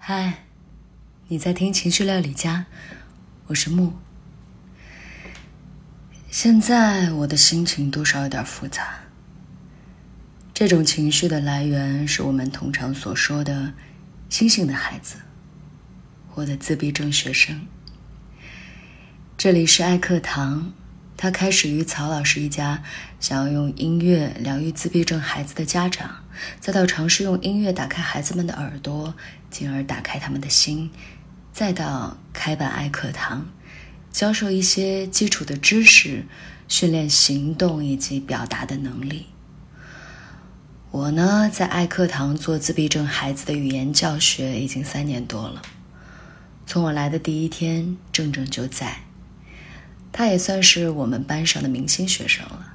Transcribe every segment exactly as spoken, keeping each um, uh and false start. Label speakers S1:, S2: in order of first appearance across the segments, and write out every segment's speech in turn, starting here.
S1: 嗨，你在听情绪料理家，我是木。现在我的心情多少有点复杂。这种情绪的来源是我们通常所说的星星的孩子，或者自闭症学生。这里是爱课堂，它开始于曹老师一家想要用音乐疗愈自闭症孩子的家长，再到尝试用音乐打开孩子们的耳朵，进而打开他们的心，再到开办爱课堂，教授一些基础的知识，训练行动以及表达的能力。我呢，在爱课堂做自闭症孩子的语言教学已经三年多了。从我来的第一天，正正就在。他也算是我们班上的明星学生了。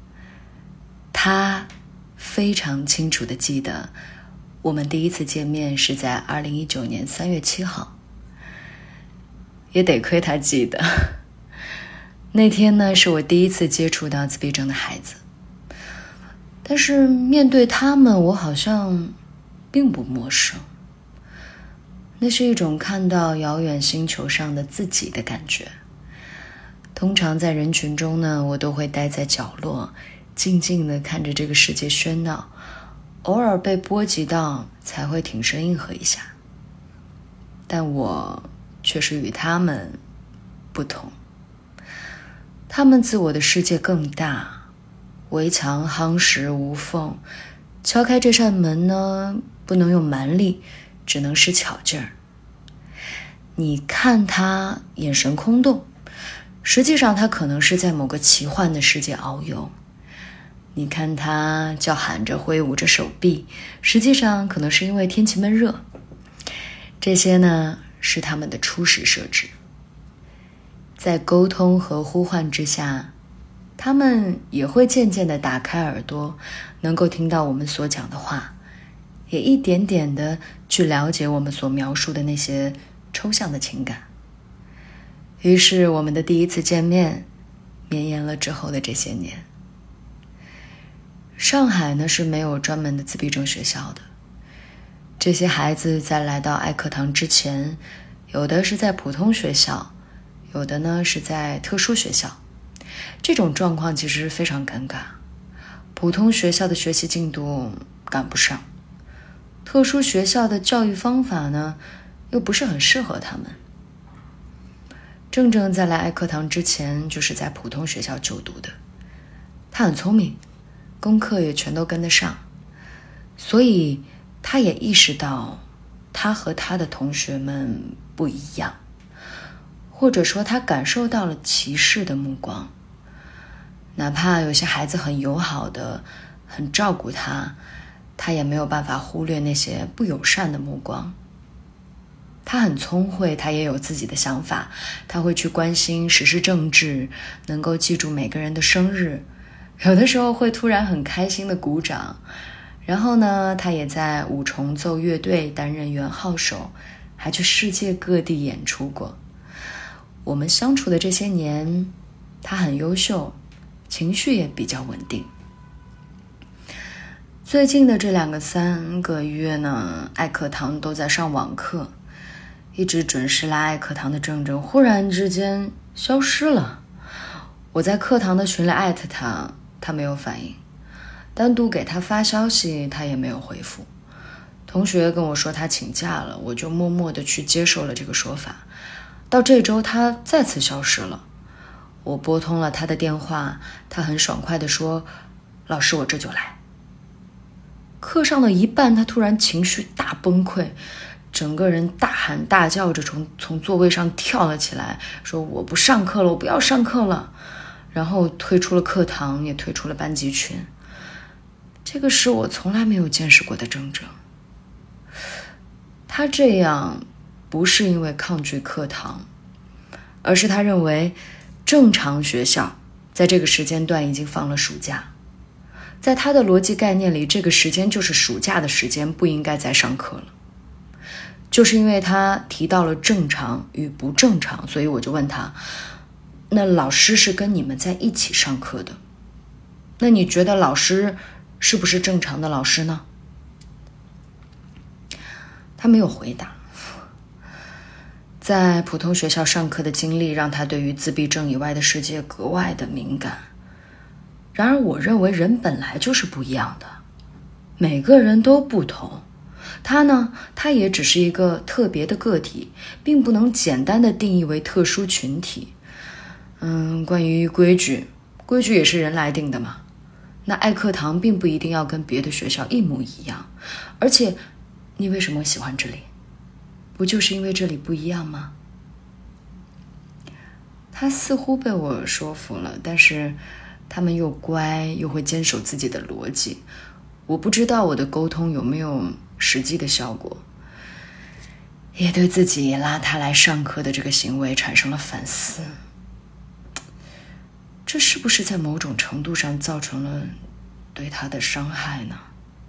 S1: 他非常清楚地记得，我们第一次见面是在二零一九年三月七号。也得亏他记得。那天呢，是我第一次接触到自闭症的孩子。但是面对他们，我好像并不陌生。那是一种看到遥远星球上的自己的感觉。通常在人群中呢，我都会待在角落，静静地看着这个世界喧闹，偶尔被波及到才会挺身应和一下。但我却是与他们不同。他们自我的世界更大，围墙夯实无缝，敲开这扇门呢，不能用蛮力，只能使巧劲儿。你看他眼神空洞，实际上他可能是在某个奇幻的世界遨游。你看他叫喊着挥舞着手臂，实际上可能是因为天气闷热。这些呢，是他们的初始设置。在沟通和呼唤之下，他们也会渐渐地打开耳朵，能够听到我们所讲的话，也一点点地去了解我们所描述的那些抽象的情感。于是我们的第一次见面绵延了之后的这些年。上海呢，是没有专门的自闭症学校的。这些孩子在来到爱课堂之前，有的是在普通学校，有的呢是在特殊学校。这种状况其实非常尴尬。普通学校的学习进度赶不上，特殊学校的教育方法呢，又不是很适合他们。正正在来爱课堂之前，就是在普通学校就读的。他很聪明，功课也全都跟得上，所以他也意识到他和他的同学们不一样，或者说他感受到了歧视的目光。哪怕有些孩子很友好的很照顾他，他也没有办法忽略那些不友善的目光。他很聪慧，他也有自己的想法，他会去关心时事政治，能够记住每个人的生日，有的时候会突然很开心的鼓掌。然后呢，他也在五重奏乐队担任圆号手，还去世界各地演出过。我们相处的这些年，他很优秀，情绪也比较稳定。最近的这两个三个月呢，爱课堂都在上网课，一直准时来爱课堂的正正忽然之间消失了。我在课堂的群里艾特他，他没有反应，单独给他发消息，他也没有回复。同学跟我说他请假了，我就默默地去接受了这个说法。到这周他再次消失了，我拨通了他的电话，他很爽快地说：老师，我这就来。课上了一半，他突然情绪大崩溃，整个人大喊大叫着从从座位上跳了起来，说我不上课了，我不要上课了。然后退出了课堂，也退出了班级群。这个是我从来没有见识过的正正。他这样不是因为抗拒课堂，而是他认为正常学校在这个时间段已经放了暑假。在他的逻辑概念里，这个时间就是暑假的时间，不应该再上课了。就是因为他提到了正常与不正常，所以我就问他，那老师是跟你们在一起上课的，那你觉得老师是不是正常的老师呢？他没有回答， 在普通学校上课的经历让他对于自闭症以外的世界格外的敏感。然而我认为人本来就是不一样的，每个人都不同。他呢，他也只是一个特别的个体，并不能简单的定义为特殊群体。嗯，关于规矩，规矩也是人来定的嘛。那爱课堂并不一定要跟别的学校一模一样，而且你为什么喜欢这里？不就是因为这里不一样吗？他似乎被我说服了，但是他们又乖又会坚守自己的逻辑，我不知道我的沟通有没有实际的效果，也对自己拉他来上课的这个行为产生了反思。这是不是在某种程度上造成了对他的伤害呢？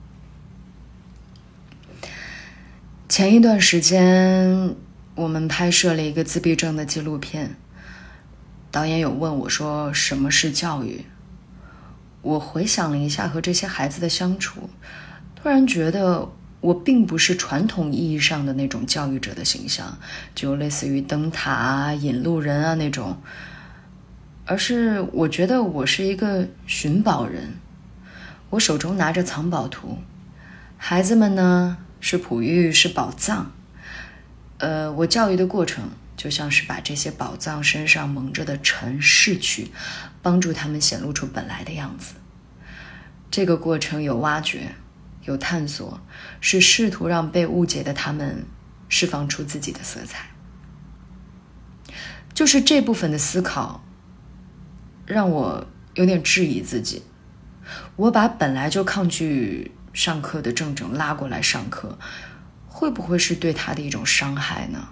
S1: 前一段时间我们拍摄了一个自闭症的纪录片，导演有问我说什么是教育。我回想了一下和这些孩子的相处，突然觉得我并不是传统意义上的那种教育者的形象，就类似于灯塔啊、引路人啊那种，而是我觉得我是一个寻宝人。我手中拿着藏宝图，孩子们呢是璞玉，是宝藏。呃，我教育的过程就像是把这些宝藏身上蒙着的尘拭去，帮助他们显露出本来的样子。这个过程有挖掘，有探索，是试图让被误解的他们释放出自己的色彩。就是这部分的思考让我有点质疑自己，我把本来就抗拒上课的正正拉过来上课，会不会是对他的一种伤害呢？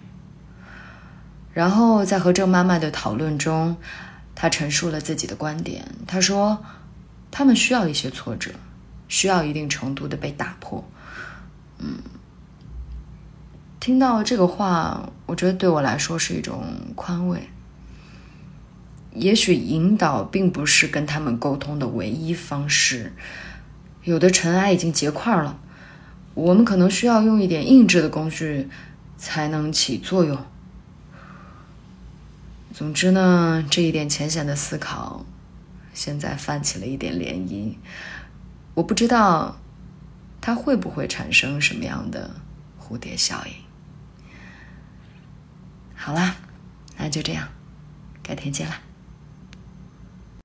S1: 然后在和郑妈妈的讨论中，她陈述了自己的观点。她说他们需要一些挫折，需要一定程度的被打破。嗯，听到这个话，我觉得对我来说是一种宽慰。也许引导并不是跟他们沟通的唯一方式，有的尘埃已经结块了，我们可能需要用一点硬质的工具才能起作用。总之呢，这一点浅显的思考现在泛起了一点涟漪，我不知道它会不会产生什么样的蝴蝶效应。好啦，那就这样，改天见啦。